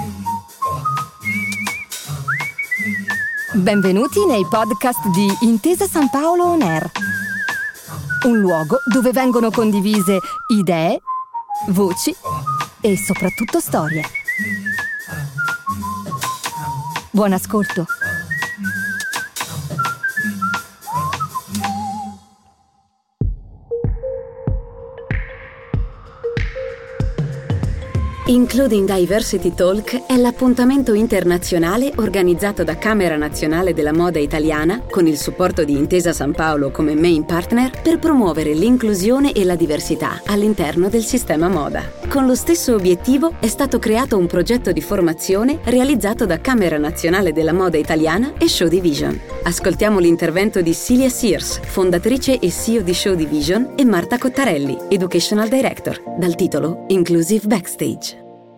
Benvenuti nei podcast di Intesa San Paolo On Air, un luogo dove vengono condivise idee, voci e soprattutto storie. Buon ascolto. Including Diversity Talk è l'appuntamento internazionale organizzato da Camera Nazionale della Moda Italiana con il supporto di Intesa San Paolo come main partner per promuovere l'inclusione e la diversità all'interno del sistema moda. Con lo stesso obiettivo è stato creato un progetto di formazione realizzato da Camera Nazionale della Moda Italiana e Show Division. Ascoltiamo l'intervento di Celia Sears, fondatrice e CEO di Show Division, e Marta Cottarelli, Educational Director, dal titolo Inclusive Backstage.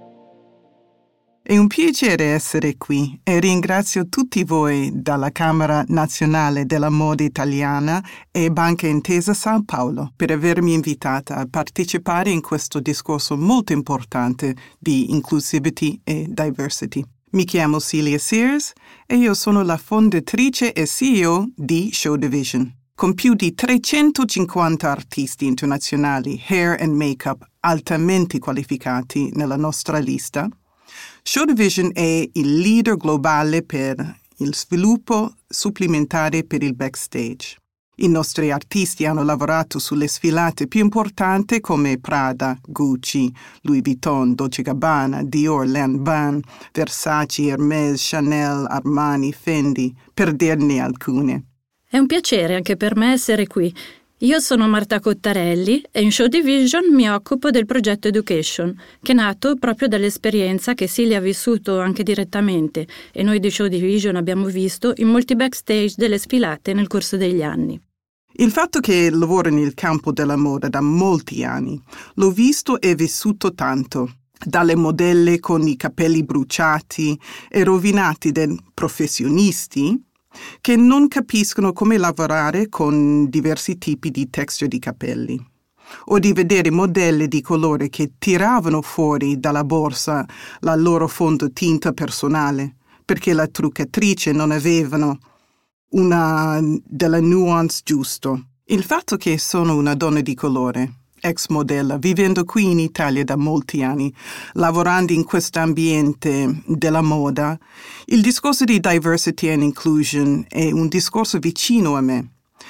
È un piacere essere qui e ringrazio tutti voi dalla Camera Nazionale della Moda Italiana e Banca Intesa San Paolo per avermi invitata a partecipare in questo discorso molto importante di inclusivity e diversity. Mi chiamo Celia Sears e io sono la fondatrice e CEO di Show Division. Con più di 350 artisti internazionali, hair and makeup altamente qualificati nella nostra lista, Show Division è il leader globale per il sviluppo supplementare per il backstage. I nostri artisti hanno lavorato sulle sfilate più importanti come Prada, Gucci, Louis Vuitton, Dolce & Gabbana, Dior, Lanvin, Versace, Hermès, Chanel, Armani, Fendi, per dirne alcune. È un piacere anche per me essere qui. Io sono Marta Cottarelli e in Show Division mi occupo del progetto Education, che è nato proprio dall'esperienza che Celia ha vissuto anche direttamente e noi di Show Division abbiamo visto in molti backstage delle sfilate nel corso degli anni. Il fatto che lavoro nel campo della moda da molti anni, l'ho visto e vissuto tanto. Dalle modelle con i capelli bruciati e rovinati dai professionisti che non capiscono come lavorare con diversi tipi di texture di capelli, o di vedere modelle di colore che tiravano fuori dalla borsa la loro fondotinta personale perché la truccatrice non avevano una della nuance giusto. Il fatto che sono una donna di colore, ex modella, vivendo qui in Italia da molti anni, lavorando in questo ambiente della moda, il discorso di diversity and inclusion è un discorso vicino a me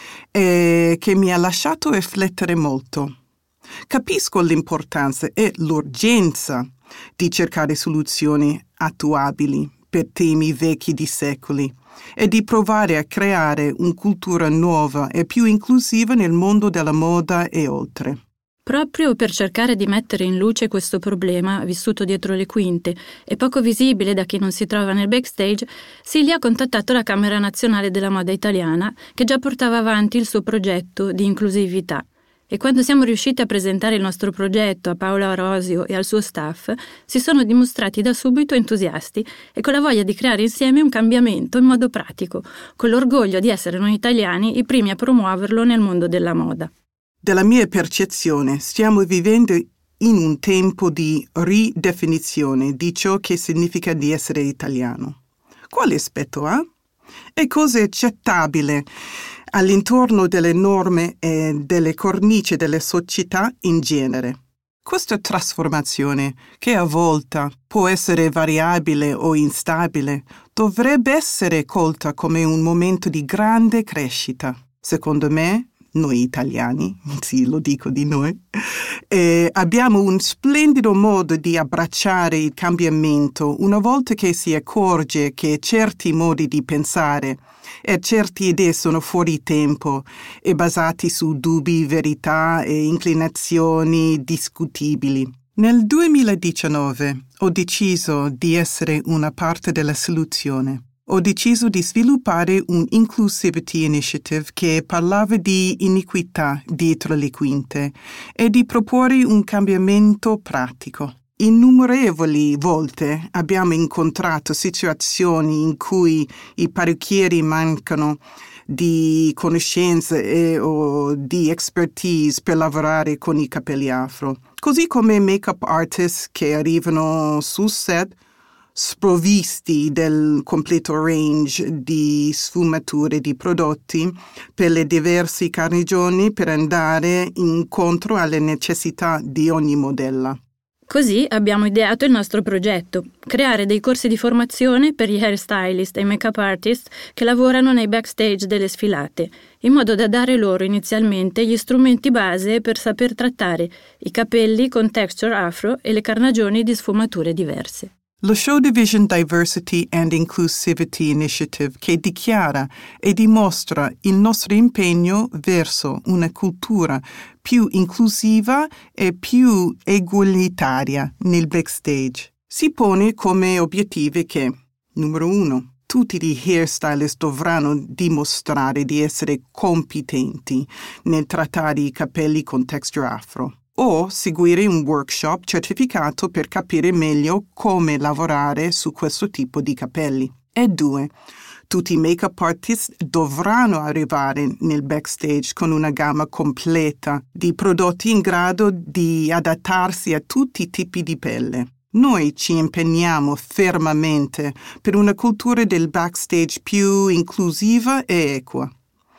e che mi ha lasciato riflettere molto. Capisco l'importanza e l'urgenza di cercare soluzioni attuabili per temi vecchi di secoli e di provare a creare una cultura nuova e più inclusiva nel mondo della moda e oltre. Proprio per cercare di mettere in luce questo problema vissuto dietro le quinte e poco visibile da chi non si trova nel backstage, Celia ha contattato la Camera Nazionale della Moda Italiana, che già portava avanti il suo progetto di inclusività. E quando siamo riusciti a presentare il nostro progetto a Paola Orosio e al suo staff, si sono dimostrati da subito entusiasti e con la voglia di creare insieme un cambiamento in modo pratico, con l'orgoglio di essere noi italiani i primi a promuoverlo nel mondo della moda. Dalla mia percezione, stiamo vivendo in un tempo di ridefinizione di ciò che significa di essere italiano. Quale aspetto ha? E cosa è accettabile all'intorno delle norme e delle cornici delle società in genere? Questa trasformazione, che a volte può essere variabile o instabile, dovrebbe essere colta come un momento di grande crescita. Secondo me, noi italiani, sì, lo dico di noi, abbiamo un splendido modo di abbracciare il cambiamento una volta che si accorge che certi modi di pensare e certe idee sono fuori tempo e basati su dubbi, verità e inclinazioni discutibili. Nel 2019 ho deciso di essere una parte della soluzione. Ho deciso di sviluppare un Inclusivity Initiative che parlava di iniquità dietro le quinte e di proporre un cambiamento pratico. Innumerevoli volte abbiamo incontrato situazioni in cui i parrucchieri mancano di conoscenze o di expertise per lavorare con i capelli afro, così come make-up artists che arrivano sul set sprovvisti del completo range di sfumature di prodotti per le diverse carnagioni per andare incontro alle necessità di ogni modella. Così abbiamo ideato il nostro progetto, creare dei corsi di formazione per gli hairstylist e make-up artist che lavorano nei backstage delle sfilate, in modo da dare loro inizialmente gli strumenti base per saper trattare i capelli con texture afro e le carnagioni di sfumature diverse. Lo Show Division Diversity and Inclusivity Initiative che dichiara e dimostra il nostro impegno verso una cultura più inclusiva e più egualitaria nel backstage. Si pone come obiettivi che, numero 1, tutti gli hairstylist dovranno dimostrare di essere competenti nel trattare i capelli con texture afro, o seguire un workshop certificato per capire meglio come lavorare su questo tipo di capelli. E 2, tutti i make-up artist dovranno arrivare nel backstage con una gamma completa di prodotti in grado di adattarsi a tutti i tipi di pelle. Noi ci impegniamo fermamente per una cultura del backstage più inclusiva e equa.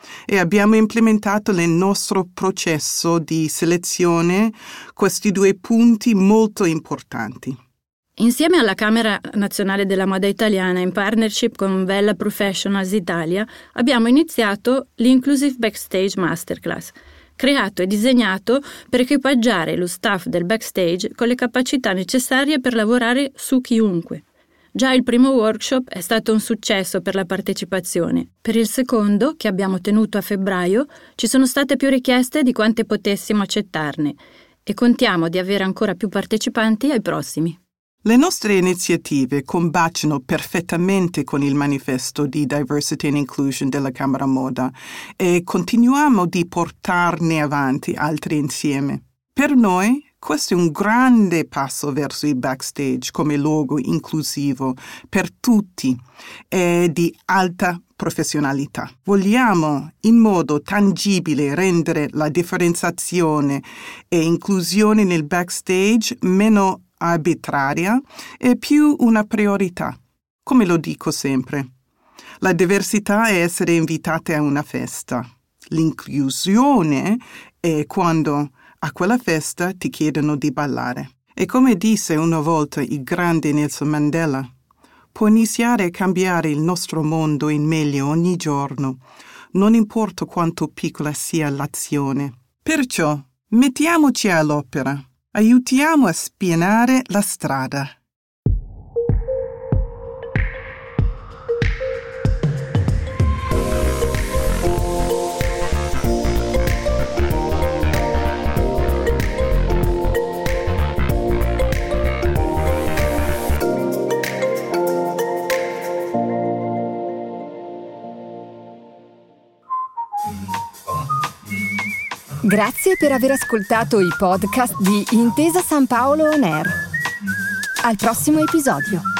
E abbiamo implementato nel nostro processo di selezione questi 2 punti molto importanti. Insieme alla Camera Nazionale della Moda Italiana, in partnership con Vella Professionals Italia, abbiamo iniziato l'Inclusive Backstage Masterclass, creato e disegnato per equipaggiare lo staff del backstage con le capacità necessarie per lavorare su chiunque. Già il primo workshop è stato un successo per la partecipazione. Per il secondo, che abbiamo tenuto a febbraio, ci sono state più richieste di quante potessimo accettarne e contiamo di avere ancora più partecipanti ai prossimi. Le nostre iniziative combaciano perfettamente con il manifesto di Diversity and Inclusion della Camera Moda e continuiamo di portarne avanti altri insieme. Per noi questo è un grande passo verso il backstage come luogo inclusivo per tutti e di alta professionalità. Vogliamo in modo tangibile rendere la differenziazione e inclusione nel backstage meno arbitraria e più una priorità. Come lo dico sempre, la diversità è essere invitate a una festa. L'inclusione è quando a quella festa ti chiedono di ballare. E come disse una volta il grande Nelson Mandela, può iniziare a cambiare il nostro mondo in meglio ogni giorno, non importa quanto piccola sia l'azione. Perciò, mettiamoci all'opera, aiutiamo a spianare la strada. Grazie per aver ascoltato i podcast di Intesa San Paolo On Air. Al prossimo episodio.